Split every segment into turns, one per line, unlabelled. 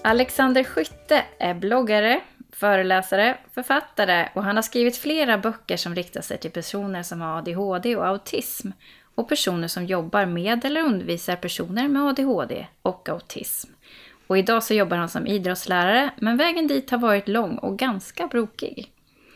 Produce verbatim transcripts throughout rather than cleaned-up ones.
Alexander Skytte är bloggare, föreläsare, författare och han har skrivit flera böcker som riktar sig till personer som har A D H D och autism och personer som jobbar med eller undervisar personer med A D H D och autism. Och idag så jobbar han som idrottslärare, men vägen dit har varit lång och ganska brokig.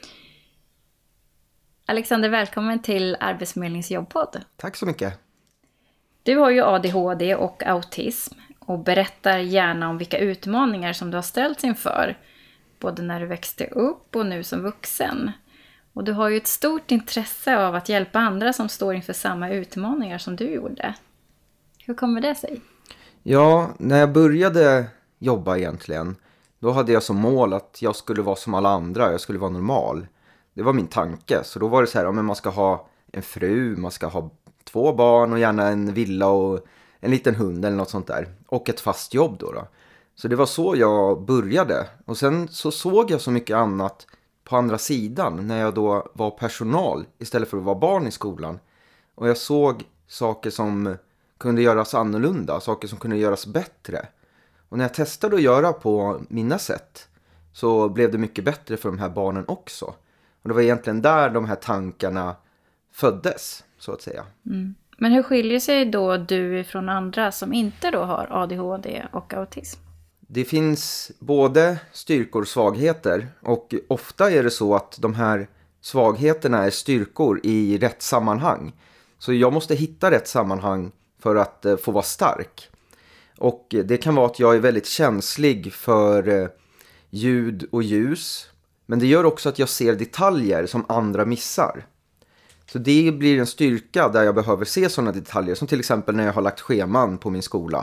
Alexander, välkommen till Arbetsförmedlingens jobbpodd.
Tack så mycket.
Du har ju A D H D och autism och berättar gärna om vilka utmaningar som du har ställts inför, både när du växte upp och nu som vuxen. Och du har ju ett stort intresse av att hjälpa andra som står inför samma utmaningar som du gjorde. Hur kommer det sig?
Ja, när jag började jobba egentligen, då hade jag som mål att jag skulle vara som alla andra, jag skulle vara normal. Det var min tanke, så då var det så här, ja, men man ska ha en fru, man ska ha två barn och gärna en villa och en liten hund eller något sånt där. Och ett fast jobb då då. Så det var så jag började. Och sen så såg jag så mycket annat på andra sidan när jag då var personal istället för att vara barn i skolan. Och jag såg saker som kunde göras annorlunda, saker som kunde göras bättre. Och när jag testade att göra på mina sätt så blev det mycket bättre för de här barnen också. Och det var egentligen där de här tankarna föddes, så att säga.
Mm. Men hur skiljer sig då du från andra som inte då har A D H D och autism?
Det finns både styrkor och svagheter, och ofta är det så att de här svagheterna är styrkor i rätt sammanhang. Så jag måste hitta rätt sammanhang för att eh, få vara stark. Och det kan vara att jag är väldigt känslig för eh, ljud och ljus, men det gör också att jag ser detaljer som andra missar. Så det blir en styrka där jag behöver se sådana detaljer, som till exempel när jag har lagt scheman på min skola.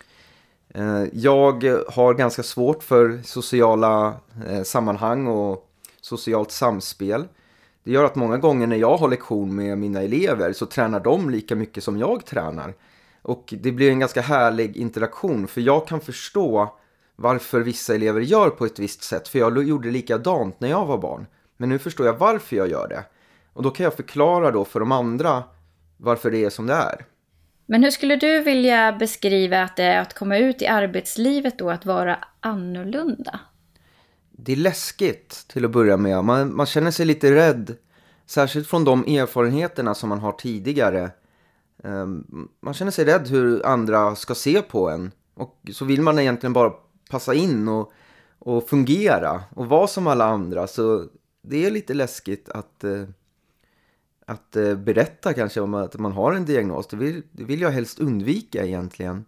Jag har ganska svårt för sociala sammanhang och socialt samspel. Det gör att många gånger när jag har lektion med mina elever så tränar de lika mycket som jag tränar. Och det blir en ganska härlig interaktion, för jag kan förstå varför vissa elever gör på ett visst sätt. För jag gjorde likadant när jag var barn. Men nu förstår jag varför jag gör det. Och då kan jag förklara då för de andra varför det är som det är.
Men hur skulle du vilja beskriva att det är att komma ut i arbetslivet då, att vara annorlunda?
Det är läskigt till att börja med. Man, man känner sig lite rädd. Särskilt från de erfarenheterna som man har tidigare. Um, man känner sig rädd hur andra ska se på en. Och så vill man egentligen bara passa in och, och fungera. Och vara som alla andra. Så det är lite läskigt att... Uh, Att eh, berätta kanske om att man har en diagnos. Det vill, det vill jag helst undvika egentligen.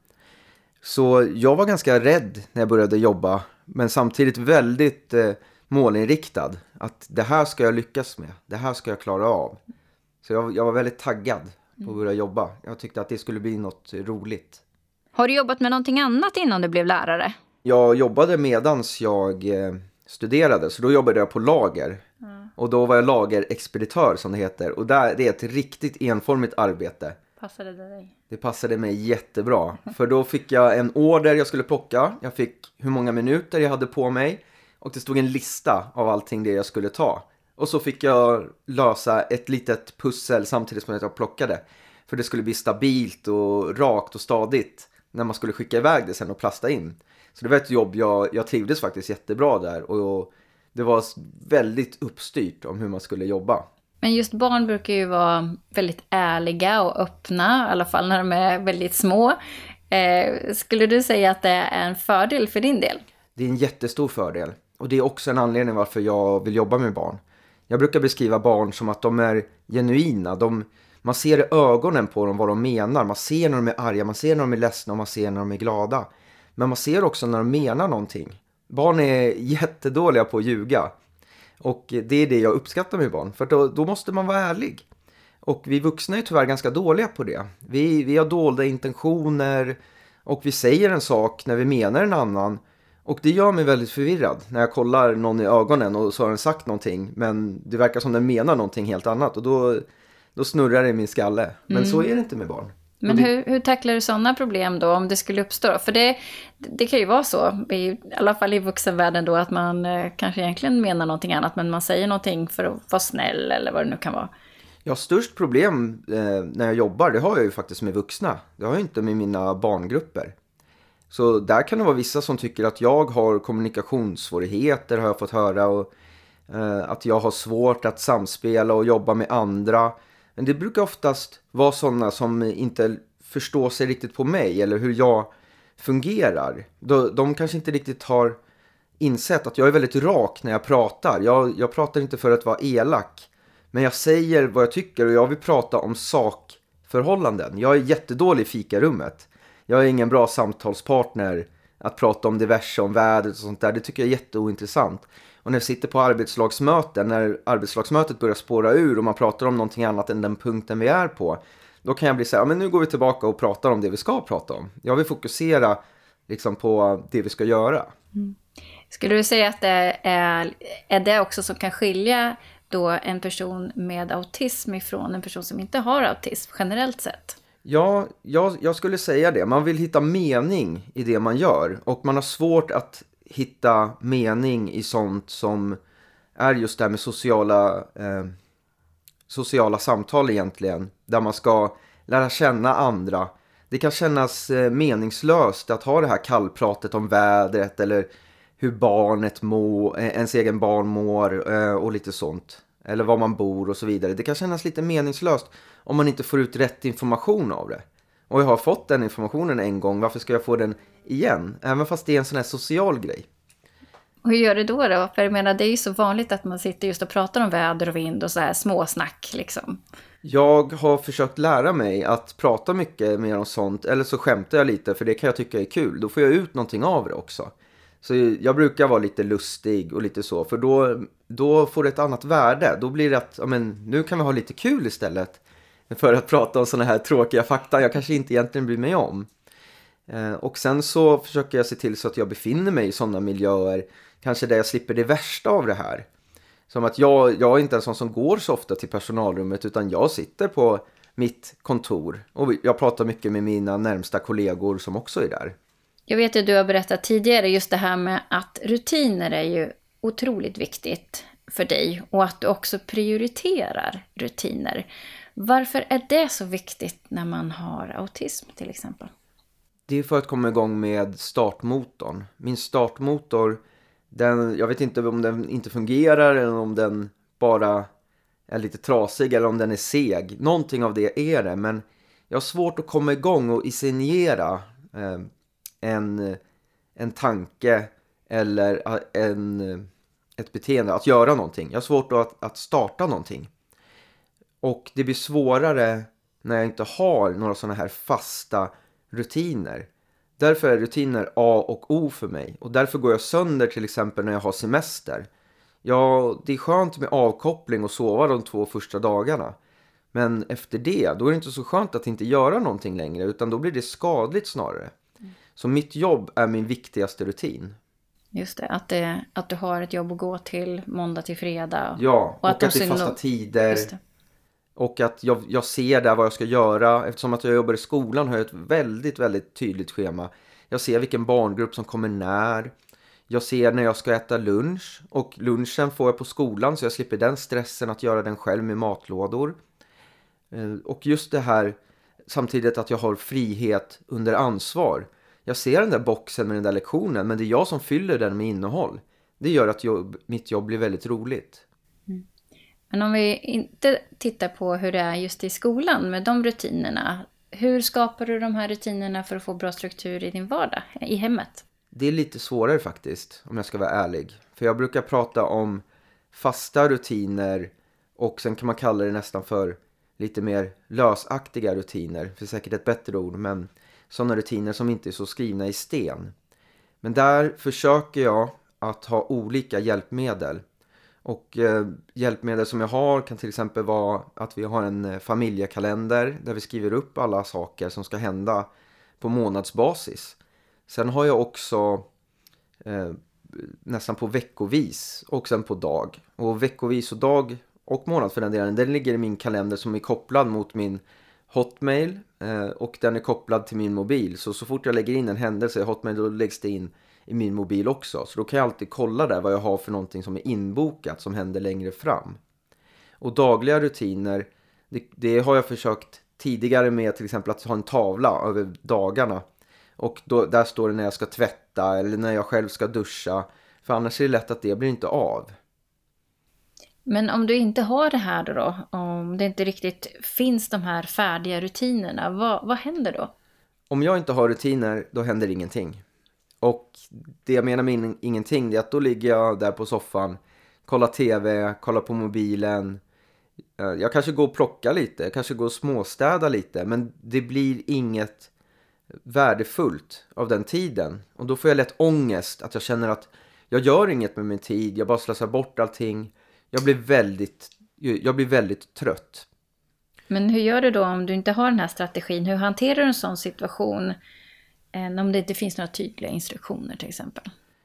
Så jag var ganska rädd när jag började jobba. Men samtidigt väldigt eh, målinriktad. Att det här ska jag lyckas med. Det här ska jag klara av. Så jag, jag var väldigt taggad på att börja jobba. Jag tyckte att det skulle bli något roligt.
Har du jobbat med någonting annat innan du blev lärare?
Jag jobbade medans jag eh, studerade. Så då jobbade jag på lager. Mm. Och då var jag lagerexpeditör som det heter. Och där, det är ett riktigt enformigt arbete.
Passade det dig?
Det passade mig jättebra. För då fick jag en order jag skulle plocka. Jag fick hur många minuter jag hade på mig. Och det stod en lista av allting det jag skulle ta. Och så fick jag lösa ett litet pussel samtidigt som jag plockade. För det skulle bli stabilt och rakt och stadigt när man skulle skicka iväg det sen och plasta in. Så det var ett jobb jag, jag trivdes faktiskt jättebra där. Och det var väldigt uppstyrt om hur man skulle jobba.
Men just barn brukar ju vara väldigt ärliga och öppna, i alla fall när de är väldigt små. Eh, skulle du säga att det är en fördel för din del?
Det är en jättestor fördel. Och det är också en anledning varför jag vill jobba med barn. Jag brukar beskriva barn som att de är genuina. De, man ser i ögonen på dem vad de menar. Man ser när de är arga, man ser när de är ledsna och man ser när de är glada. Men man ser också när de menar någonting. Barn är jättedåliga på att ljuga. Och det är det jag uppskattar med barn. För då, då måste man vara ärlig. Och vi vuxna är tyvärr ganska dåliga på det. Vi, vi har dolda intentioner. Och vi säger en sak när vi menar en annan. Och det gör mig väldigt förvirrad. När jag kollar någon i ögonen och så har den sagt någonting. Men det verkar som den menar någonting helt annat. Och då, då snurrar det i min skalle. Men mm. så är det inte med barn.
Men hur, hur tacklar du sådana problem då om det skulle uppstå? För det, det kan ju vara så, i, i alla fall i vuxenvärlden då, att man eh, kanske egentligen menar någonting annat, men man säger någonting för att vara snäll eller vad det nu kan vara.
Ja, störst problem eh, när jag jobbar, det har jag ju faktiskt med vuxna. Det har jag inte med mina barngrupper. Så där kan det vara vissa som tycker att jag har kommunikationssvårigheter, har jag fått höra, och eh, att jag har svårt att samspela och jobba med andra. Men det brukar oftast vara sådana som inte förstår sig riktigt på mig eller hur jag fungerar. De, de kanske inte riktigt har insett att jag är väldigt rak när jag pratar. Jag, jag pratar inte för att vara elak, men jag säger vad jag tycker och jag vill prata om sakförhållanden. Jag är jättedålig i fikarummet. Jag är ingen bra samtalspartner att prata om diverse, om vädret och sånt där. Det tycker jag är jätteointressant. Och när jag sitter på arbetslagsmöten, när arbetslagsmötet börjar spåra ur och man pratar om någonting annat än den punkten vi är på, då kan jag bli så här, men nu går vi tillbaka och pratar om det vi ska prata om. Jag vill fokusera liksom på det vi ska göra.
Mm. Skulle du säga att det är, är det också som kan skilja då en person med autism ifrån en person som inte har autism generellt sett?
Ja, jag, jag skulle säga det. Man vill hitta mening i det man gör. Och man har svårt att hitta mening i sånt som är just det här med sociala, eh, sociala samtal egentligen. Där man ska lära känna andra. Det kan kännas eh, meningslöst att ha det här kallpratet om vädret eller hur barnet mår, ens egen barn mår eh, och lite sånt. Eller var man bor och så vidare. Det kan kännas lite meningslöst om man inte får ut rätt information av det. Och jag har fått den informationen en gång. Varför ska jag få den igen? Även fast det är en sån här social grej.
Och hur gör du då då? För jag menar, det är ju så vanligt att man sitter just och pratar om väder och vind och så här småsnack liksom.
Jag har försökt lära mig att prata mycket mer om sånt. Eller så skämtar jag lite, för det kan jag tycka är kul. Då får jag ut någonting av det också. Så jag brukar vara lite lustig och lite så. För då, då får det ett annat värde. Då blir det att, ja, men, nu kan vi ha lite kul istället. För att prata om såna här tråkiga fakta jag kanske inte egentligen bryr mig om. Eh, och sen så försöker jag se till så att jag befinner mig i sådana miljöer. Kanske där jag slipper det värsta av det här. Som att jag, jag är inte en sån som går så ofta till personalrummet. Utan jag sitter på mitt kontor. Och jag pratar mycket med mina närmsta kollegor som också är där.
Jag vet att du har berättat tidigare just det här med att rutiner är ju otroligt viktigt för dig. Och att du också prioriterar rutiner. Varför är det så viktigt när man har autism till exempel?
Det är för att komma igång med startmotorn. Min startmotor, den, jag vet inte om den inte fungerar eller om den bara är lite trasig eller om den är seg. Någonting av det är det, men jag har svårt att komma igång och initiera eh, en, en tanke eller en, ett beteende, att göra någonting. Jag har svårt att, att starta någonting. Och det blir svårare när jag inte har några sådana här fasta rutiner. Därför är rutiner A och O för mig. Och därför går jag sönder till exempel när jag har semester. Ja, det är skönt med avkoppling och sova de två första dagarna. Men efter det, då är det inte så skönt att inte göra någonting längre. Utan då blir det skadligt snarare. Mm. Så mitt jobb är min viktigaste rutin.
Just det, att, det, att du har ett jobb att gå till måndag till fredag.
Ja, och, och att,
de
att det är fasta
no-
tider. Och att jag, jag ser där vad jag ska göra. Eftersom att jag jobbar i skolan har jag ett väldigt, väldigt tydligt schema. Jag ser vilken barngrupp som kommer när. Jag ser när jag ska äta lunch. Och lunchen får jag på skolan så jag slipper den stressen att göra den själv med matlådor. Och just det här samtidigt att jag har frihet under ansvar. Jag ser den där boxen med den där lektionen, men det är jag som fyller den med innehåll. Det gör att jobb, mitt jobb blir väldigt roligt.
Mm. Men om vi inte tittar på hur det är just i skolan med de rutinerna. Hur skapar du de här rutinerna för att få bra struktur i din vardag, i hemmet?
Det är lite svårare faktiskt, om jag ska vara ärlig. För jag brukar prata om fasta rutiner och sen kan man kalla det nästan för lite mer lösaktiga rutiner. För säkert ett bättre ord, men sådana rutiner som inte är så skrivna i sten. Men där försöker jag att ha olika hjälpmedel. Och eh, hjälpmedel som jag har kan till exempel vara att vi har en familjekalender där vi skriver upp alla saker som ska hända på månadsbasis. Sen har jag också eh, nästan på veckovis och sen på dag. Och veckovis och dag och månad för den delen, den ligger i min kalender som är kopplad mot min Hotmail eh, och den är kopplad till min mobil. Så så fort jag lägger in en händelse i Hotmail då läggs det in i min mobil också. Så då kan jag alltid kolla där vad jag har för någonting som är inbokat som händer längre fram. Och dagliga rutiner, det, det har jag försökt tidigare med till exempel att ha en tavla över dagarna. Och då, där står det när jag ska tvätta eller när jag själv ska duscha. För annars är det lätt att det blir inte av.
Men om du inte har det här då, då om det inte riktigt finns de här färdiga rutinerna, vad, vad händer då?
Om jag inte har rutiner, då händer ingenting. Och det jag menar med in- ingenting, det är att då ligger jag där på soffan, kollar tv, kollar på mobilen. Jag kanske går och plockar lite, jag kanske går och småstäda lite, men det blir inget värdefullt av den tiden. Och då får jag lätt ångest, att jag känner att jag gör inget med min tid, jag bara slösar bort allting. Jag blir väldigt, jag blir väldigt trött.
Men hur gör du då om du inte har den här strategin? Hur hanterar du en sån situation eh, om det inte finns några tydliga instruktioner till exempel?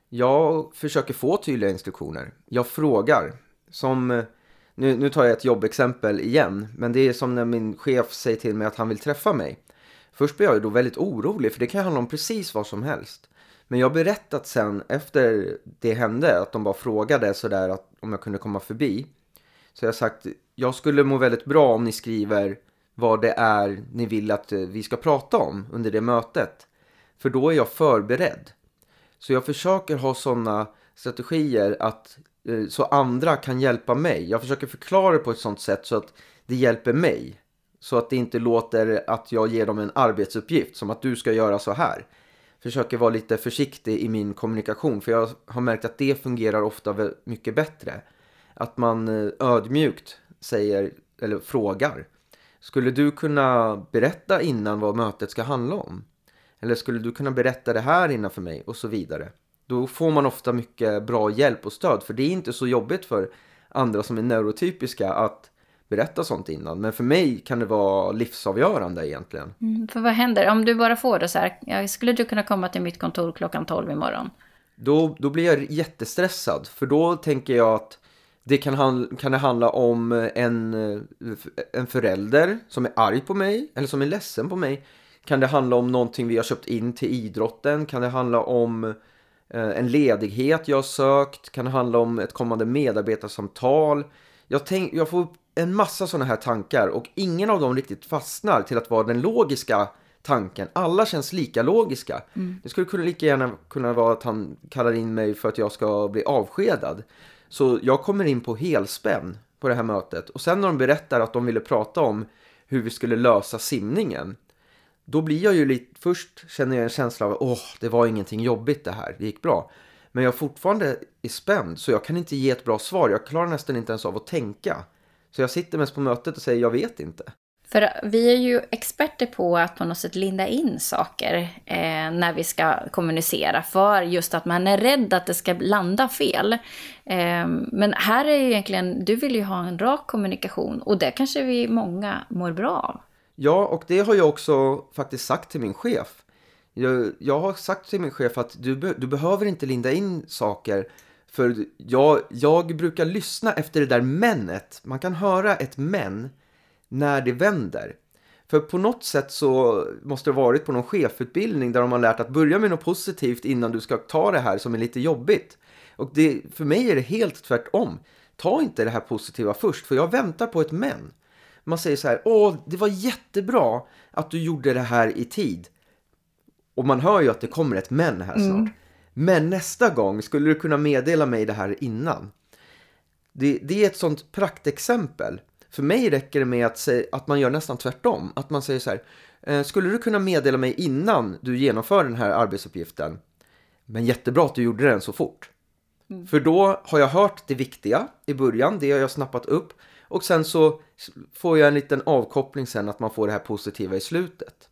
Jag försöker få tydliga instruktioner. Jag frågar. Som, nu, nu tar jag ett jobbexempel igen. Men det är som när min chef säger till mig att han vill träffa mig. Först blir jag då väldigt orolig, för det kan handla om precis vad som helst. Men jag har berättat sen efter det hände att de bara frågade sådär att om jag kunde komma förbi. Så jag har sagt, jag skulle må väldigt bra om ni skriver vad det är ni vill att vi ska prata om under det mötet. För då är jag förberedd. Så jag försöker ha sådana strategier att, så andra kan hjälpa mig. Jag försöker förklara det på ett sådant sätt så att det hjälper mig. Så att det inte låter att jag ger dem en arbetsuppgift som att du ska göra så här. Försöker vara lite försiktig i min kommunikation, för jag har märkt att det fungerar ofta mycket bättre. Att man ödmjukt säger eller frågar. Skulle du kunna berätta innan vad mötet ska handla om? Eller skulle du kunna berätta det här innan för mig? Och så vidare. Då får man ofta mycket bra hjälp och stöd. För det är inte så jobbigt för andra som är neurotypiska att berätta sånt innan. Men för mig kan det vara livsavgörande egentligen.
Mm, för vad händer om du bara får det så här? Ja, skulle du kunna komma till mitt kontor klockan tolv imorgon?
Då, då blir jag jättestressad. För då tänker jag att det kan, handla, kan det handla om en, en förälder som är arg på mig. Eller som är ledsen på mig. Kan det handla om någonting vi har köpt in till idrotten? Kan det handla om eh, en ledighet jag har sökt? Kan det handla om ett kommande medarbetarsamtal? Jag, tänk, jag får en massa sådana här tankar och ingen av dem riktigt fastnar till att vara den logiska tanken. Alla känns lika logiska. Mm. Det skulle kunna lika gärna kunna vara att han kallar in mig för att jag ska bli avskedad. Så jag kommer in på helspänn på det här mötet. Och sen när de berättar att de ville prata om hur vi skulle lösa simningen. Då blir jag ju lite, först känner jag en känsla av, åh, det var ingenting jobbigt det här, det gick bra. Men jag fortfarande är spänd, så jag kan inte ge ett bra svar. Jag klarar nästan inte ens av att tänka. Så jag sitter mest på mötet och säger, jag vet inte.
För vi är ju experter på att på något sätt linda in saker eh, när vi ska kommunicera. För just att man är rädd att det ska landa fel. Eh, men här är ju egentligen, du vill ju ha en rak kommunikation. Och det kanske vi många mår bra av.
Ja, och det har jag också faktiskt sagt till min chef. Jag, jag har sagt till min chef att du, be, du behöver inte linda in saker. För jag, jag brukar lyssna efter det där männet. Man kan höra ett men när det vänder. För på något sätt så måste det ha varit på någon chefutbildning där de har lärt att börja med något positivt innan du ska ta det här som är lite jobbigt. Och det, för mig är det helt tvärtom. Ta inte det här positiva först, för jag väntar på ett men. Man säger så här, åh, det var jättebra att du gjorde det här i tid. Och man hör ju att det kommer ett men här snart. Mm. Men nästa gång skulle du kunna meddela mig det här innan. Det, det är ett sånt praktexempel. För mig räcker det med att, säga, att man gör nästan tvärtom. Att man säger så här, eh, skulle du kunna meddela mig innan du genomför den här arbetsuppgiften? Men jättebra att du gjorde den så fort. Mm. För då har jag hört det viktiga i början, det har jag snappat upp. Och sen så får jag en liten avkoppling sen att man får det här positiva i slutet.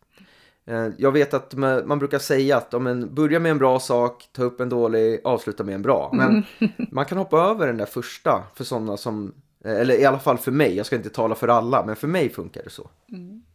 Jag vet att man brukar säga att om man börjar med en bra sak, ta upp en dålig, avsluta med en bra. Men mm. man kan hoppa över den där första för sådana som, eller i alla fall för mig, jag ska inte tala för alla, men för mig funkar det så. Mm.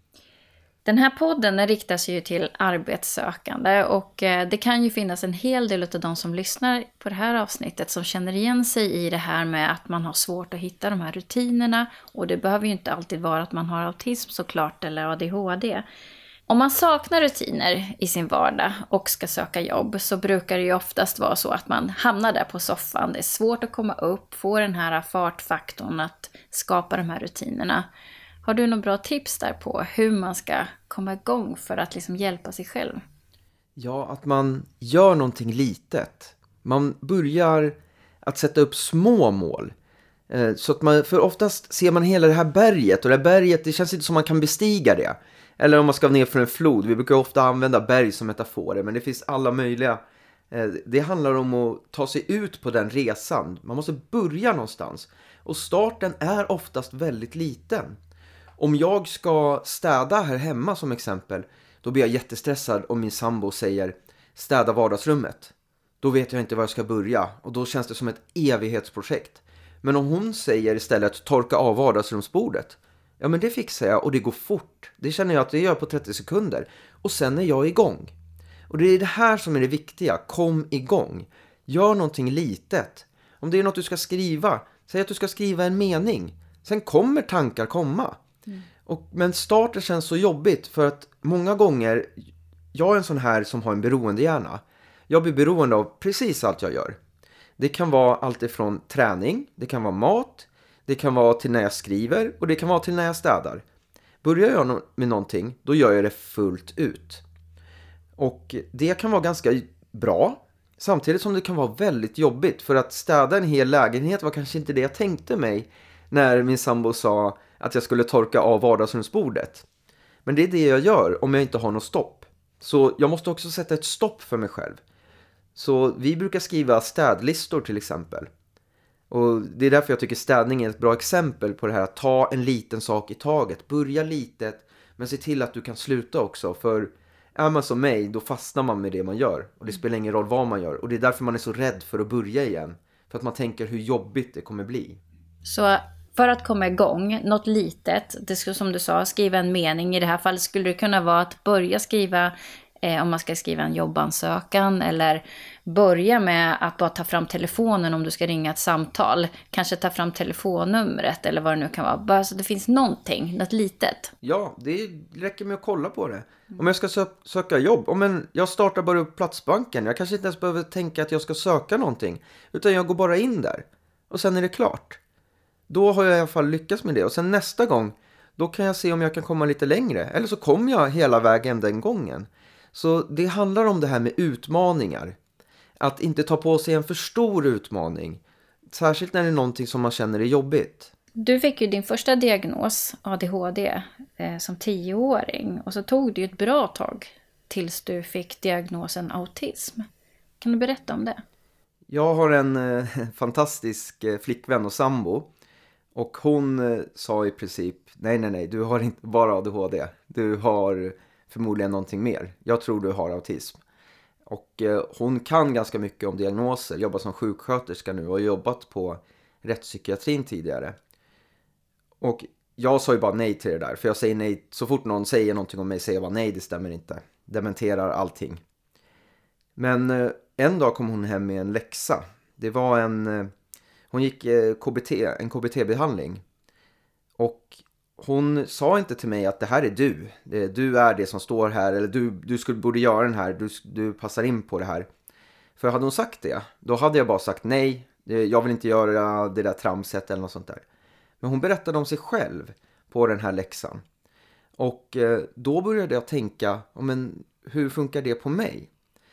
Den här podden den riktar sig ju till arbetssökande och det kan ju finnas en hel del av de som lyssnar på det här avsnittet som känner igen sig i det här med att man har svårt att hitta de här rutinerna, och det behöver ju inte alltid vara att man har autism såklart eller A D H D. Om man saknar rutiner i sin vardag och ska söka jobb så brukar det ju oftast vara så att man hamnar där på soffan. Det är svårt att komma upp, få den här fartfaktorn att skapa de här rutinerna. Har du några bra tips där på hur man ska komma igång för att liksom hjälpa sig själv?
Ja, att man gör någonting litet. Man börjar att sätta upp små mål. Eh, så att man, för oftast ser man hela det här berget. Och det här berget, det känns inte som man kan bestiga det. Eller om man ska ner för en flod. Vi brukar ofta använda berg som metaforer. Men det finns alla möjliga. Eh, det handlar om att ta sig ut på den resan. Man måste börja någonstans. Och starten är oftast väldigt liten. Om jag ska städa här hemma som exempel, då blir jag jättestressad om min sambo säger städa vardagsrummet. Då vet jag inte var jag ska börja och då känns det som ett evighetsprojekt. Men om hon säger istället torka av vardagsrumsbordet, ja men det fixar jag och det går fort. Det känner jag att det gör på trettio sekunder och sen är jag igång. Och det är det här som är det viktiga, kom igång. Gör någonting litet. Om det är något du ska skriva, säg att du ska skriva en mening. Sen kommer tankar komma. Mm. Och, men starten känns så jobbigt för att många gånger, jag är en sån här som har en beroendehjärna. Jag blir beroende av precis allt jag gör. Det kan vara allt ifrån träning, det kan vara mat, det kan vara till när jag skriver och det kan vara till när jag städar. Börjar jag med någonting, då gör jag det fullt ut. Och det kan vara ganska bra, samtidigt som det kan vara väldigt jobbigt. För att städa en hel lägenhet var kanske inte det jag tänkte mig när min sambo sa att jag skulle torka av vardagsrumsbordet. Men det är det jag gör om jag inte har något stopp. Så jag måste också sätta ett stopp för mig själv. Så vi brukar skriva städlistor till exempel. Och det är därför jag tycker städning är ett bra exempel på det här att ta en liten sak i taget. Börja litet, men se till att du kan sluta också. För är man som mig, då fastnar man med det man gör. Och det spelar ingen roll vad man gör. Och det är därför man är så rädd för att börja igen. För att man tänker hur jobbigt det kommer bli.
Så för att komma igång, något litet, det ska, som du sa, skriva en mening. I det här fallet skulle det kunna vara att börja skriva, eh, om man ska skriva en jobbansökan. Eller börja med att bara ta fram telefonen om du ska ringa ett samtal. Kanske ta fram telefonnumret eller vad det nu kan vara. Bara så det finns någonting, något litet.
Ja, det räcker med att kolla på det. Om jag ska sö- söka jobb, om en, jag startar bara upp Platsbanken. Jag kanske inte ens behöver tänka att jag ska söka någonting. Utan jag går bara in där. Och sen är det klart. Då har jag i alla fall lyckats med det. Och sen nästa gång, då kan jag se om jag kan komma lite längre. Eller så kommer jag hela vägen den gången. Så det handlar om det här med utmaningar. Att inte ta på sig en för stor utmaning. Särskilt när det är någonting som man känner är jobbigt.
Du fick ju din första diagnos, A D H D, eh, som tioåring. Och så tog det ju ett bra tag tills du fick diagnosen autism. Kan du berätta om det?
Jag har en eh, fantastisk eh, flickvän och sambo. Och hon eh, sa i princip, nej nej nej, du har inte bara A D H D. Du har förmodligen någonting mer. Jag tror du har autism. Och eh, hon kan ganska mycket om diagnoser. Jobbar som sjuksköterska nu och har jobbat på rättspsykiatrin tidigare. Och jag sa ju bara nej till det där. För jag säger nej, så fort någon säger någonting om mig säger jag bara nej, det stämmer inte. Dementerar allting. Men eh, en dag kom hon hem med en läxa. Det var en... Eh, hon gick eh, K B T, en K B T-behandling. Och hon sa inte till mig att det här är du. Det, du är det som står här. Eller du, du skulle, borde göra den här. Du, du passar in på det här. För hade hon sagt det, då hade jag bara sagt nej. Jag vill inte göra det där tramset eller något sånt där. Men hon berättade om sig själv på den här läxan. Och eh, då började jag tänka, men hur funkar det på mig?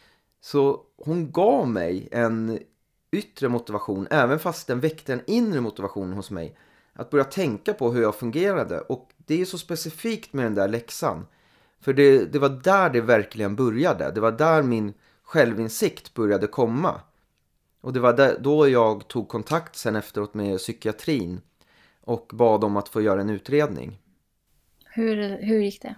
Så hon gav mig en yttre motivation, även fast den väckte en inre motivation hos mig. Att börja tänka på hur jag fungerade. Och det är så specifikt med den där läxan. För det, det var där det verkligen började. Det var där min självinsikt började komma. Och det var där, då jag tog kontakt sen efteråt med psykiatrin. Och bad om att få göra en utredning.
Hur, hur gick det?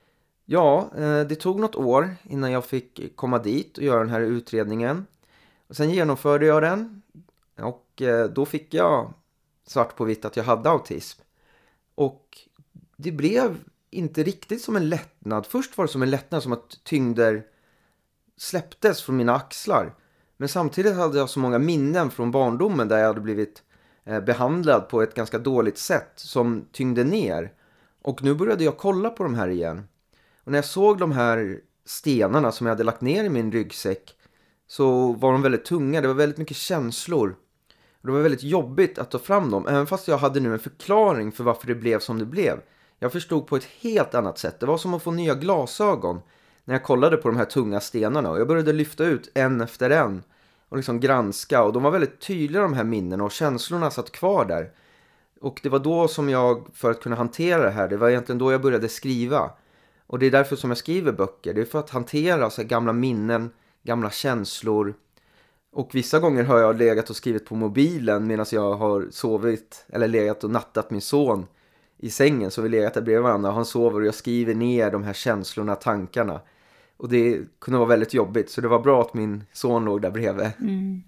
Ja, det tog något år innan jag fick komma dit och göra den här utredningen. Och sen genomförde jag den. Och då fick jag svart på vitt att jag hade autism. Och det blev inte riktigt som en lättnad. Först var det som en lättnad, som att tyngder släpptes från mina axlar. Men samtidigt hade jag så många minnen från barndomen där jag hade blivit behandlad på ett ganska dåligt sätt som tyngde ner. Och nu började jag kolla på de här igen. Och när jag såg de här stenarna som jag hade lagt ner i min ryggsäck, så var de väldigt tunga. Det var väldigt mycket känslor. Och det var väldigt jobbigt att ta fram dem. Även fast jag hade nu en förklaring för varför det blev som det blev. Jag förstod på ett helt annat sätt. Det var som att få nya glasögon. när jag kollade på de här tunga stenarna. Och jag började lyfta ut en efter en och liksom granska. Och de var väldigt tydliga, de här minnena, och känslorna satt kvar där. Och det var då som jag, för att kunna hantera det här, det var egentligen då jag började skriva. Och det är därför som jag skriver böcker. Det är för att hantera så här gamla minnen, gamla känslor. Och vissa gånger har jag legat och skrivit på mobilen medan jag har sovit, eller legat och nattat min son i sängen. Så vi legat där bredvid varandra, han sover och jag skriver ner de här känslorna, tankarna. Och det kunde vara väldigt jobbigt, så det var bra att min son låg där bredvid.
Mm.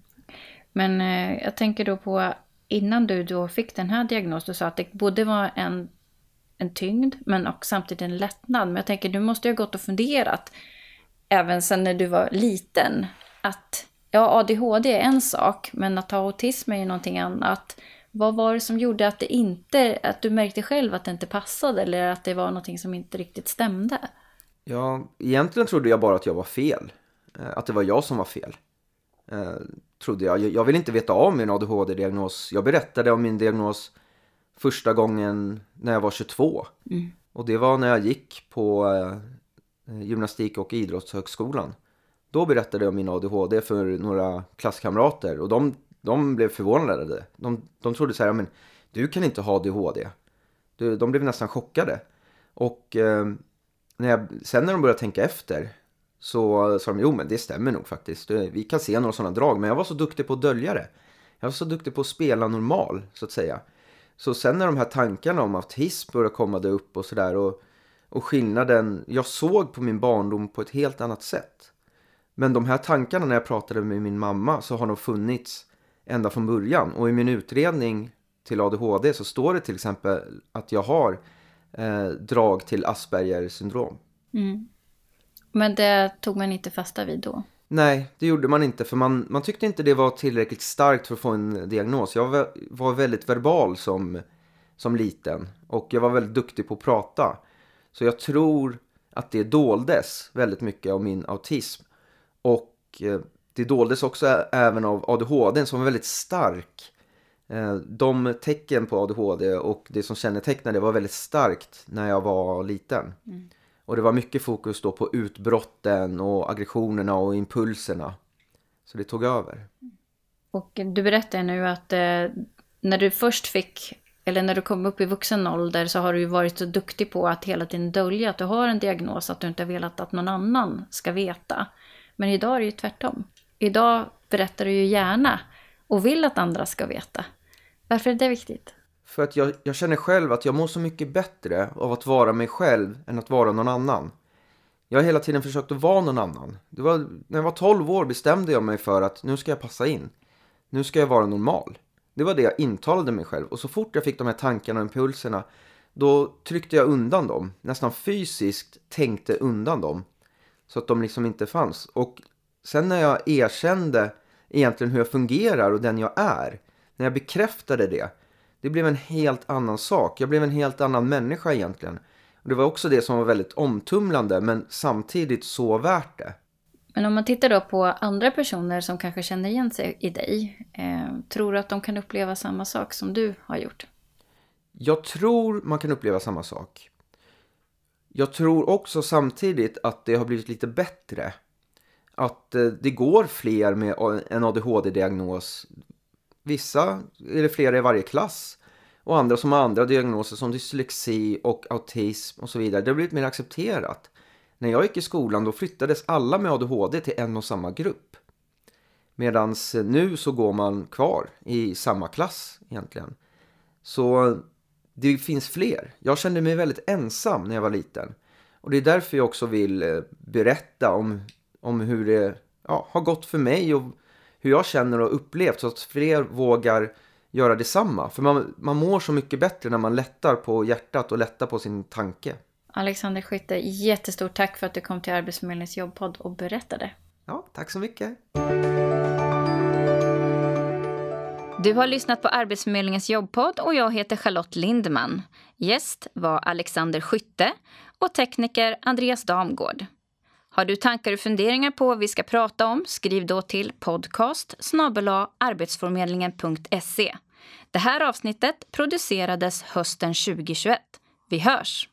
Men eh, jag tänker då på, innan du då fick den här diagnosen, du sa att det både var en, en tyngd men också samtidigt en lättnad. Men jag tänker, du måste ju ha gått och funderat, även sen när du var liten, att ja, A D H D är en sak, men att ha autism är ju någonting annat. Vad var det som gjorde att det inte, att du märkte själv att det inte passade, eller att det var någonting som inte riktigt stämde?
Ja, egentligen trodde jag bara att jag var fel. Att det var jag som var fel. Eh, trodde jag. Jag ville inte veta av min A D H D-diagnos. Jag berättade om min diagnos första gången när jag var tjugotvå. Mm. Och det var när jag gick på eh, gymnastik- och idrottshögskolan. Då berättade jag om min A D H D för några klasskamrater. Och de, de blev förvånade. De, de trodde så här, men du kan inte ha A D H D. De, de blev nästan chockade. Och eh, när jag, sen när de började tänka efter, så sa de, jo men det stämmer nog faktiskt. Vi kan se några sådana drag, men jag var så duktig på att dölja det. Jag var så duktig på att spela normal, så att säga. Så sen när de här tankarna om autism började komma där upp och sådär, och, och skillnaden, jag såg på min barndom på ett helt annat sätt. Men de här tankarna, när jag pratade med min mamma, så har de funnits ända från början. Och i min utredning till A D H D så står det till exempel att jag har eh, drag till Asperger syndrom.
Mm. Men det tog man inte fasta vid då?
Nej, det gjorde man inte, för man, man tyckte inte det var tillräckligt starkt för att få en diagnos. Jag var, var väldigt verbal som, som liten, och jag var väldigt duktig på att prata. Så jag tror att det doldes väldigt mycket av min autism. Och eh, det doldes också ä- även av A D H D som var väldigt stark. Eh, de tecken på A D H D och det som kännetecknade var väldigt starkt när jag var liten. Mm. Och det var mycket fokus då på utbrotten och aggressionerna och impulserna. Så det tog över.
Och du berättar nu att eh, när du först fick, eller när du kom upp i vuxen ålder, så har du ju varit så duktig på att hela tiden dölja att du har en diagnos, att du inte har velat att någon annan ska veta. Men idag är det ju tvärtom. Idag berättar du ju gärna och vill att andra ska veta. Varför är det viktigt?
För att jag, jag känner själv att jag mår så mycket bättre av att vara mig själv än att vara någon annan. Jag har hela tiden försökt att vara någon annan. Det var, när jag var tolv år bestämde jag mig för att nu ska jag passa in. Nu ska jag vara normal. Det var det jag intalade mig själv. Och så fort jag fick de här tankarna och impulserna, då tryckte jag undan dem. Nästan fysiskt tänkte undan dem. Så att de liksom inte fanns. Och sen när jag erkände egentligen hur jag fungerar och den jag är, när jag bekräftade det, det blev en helt annan sak. Jag blev en helt annan människa egentligen. Och det var också det som var väldigt omtumlande, men samtidigt så värt det.
Men om man tittar då på andra personer som kanske känner igen sig i dig, eh, tror du att de kan uppleva samma sak som du har gjort?
Jag tror man kan uppleva samma sak. Jag tror också samtidigt att det har blivit lite bättre. Att eh, det går fler med en A D H D-diagnos. Vissa är det flera i varje klass. Och andra som har andra diagnoser som dyslexi och autism och så vidare. Det har blivit mer accepterat. När jag gick i skolan då flyttades alla med A D H D till en och samma grupp. Medan nu så går man kvar i samma klass egentligen. Så det finns fler. Jag kände mig väldigt ensam när jag var liten. Och det är därför jag också vill berätta om, om hur det ja, har gått för mig och hur jag känner och upplevt, så att fler vågar göra detsamma. För man, man mår så mycket bättre när man lättar på hjärtat och lättar på sin tanke.
Alexander Skytte, jättestort tack för att du kom till Arbetsförmedlingens jobbpodd och berättade.
Ja, tack så mycket.
Du har lyssnat på Arbetsförmedlingens jobbpodd och jag heter Charlotte Lindman. Gäst var Alexander Skytte och tekniker Andreas Damgård. Har du tankar och funderingar på vad vi ska prata om, skriv då till podcast snabel-a arbetsförmedlingen punkt se. Det här avsnittet producerades hösten tjugohundratjugoett. Vi hörs!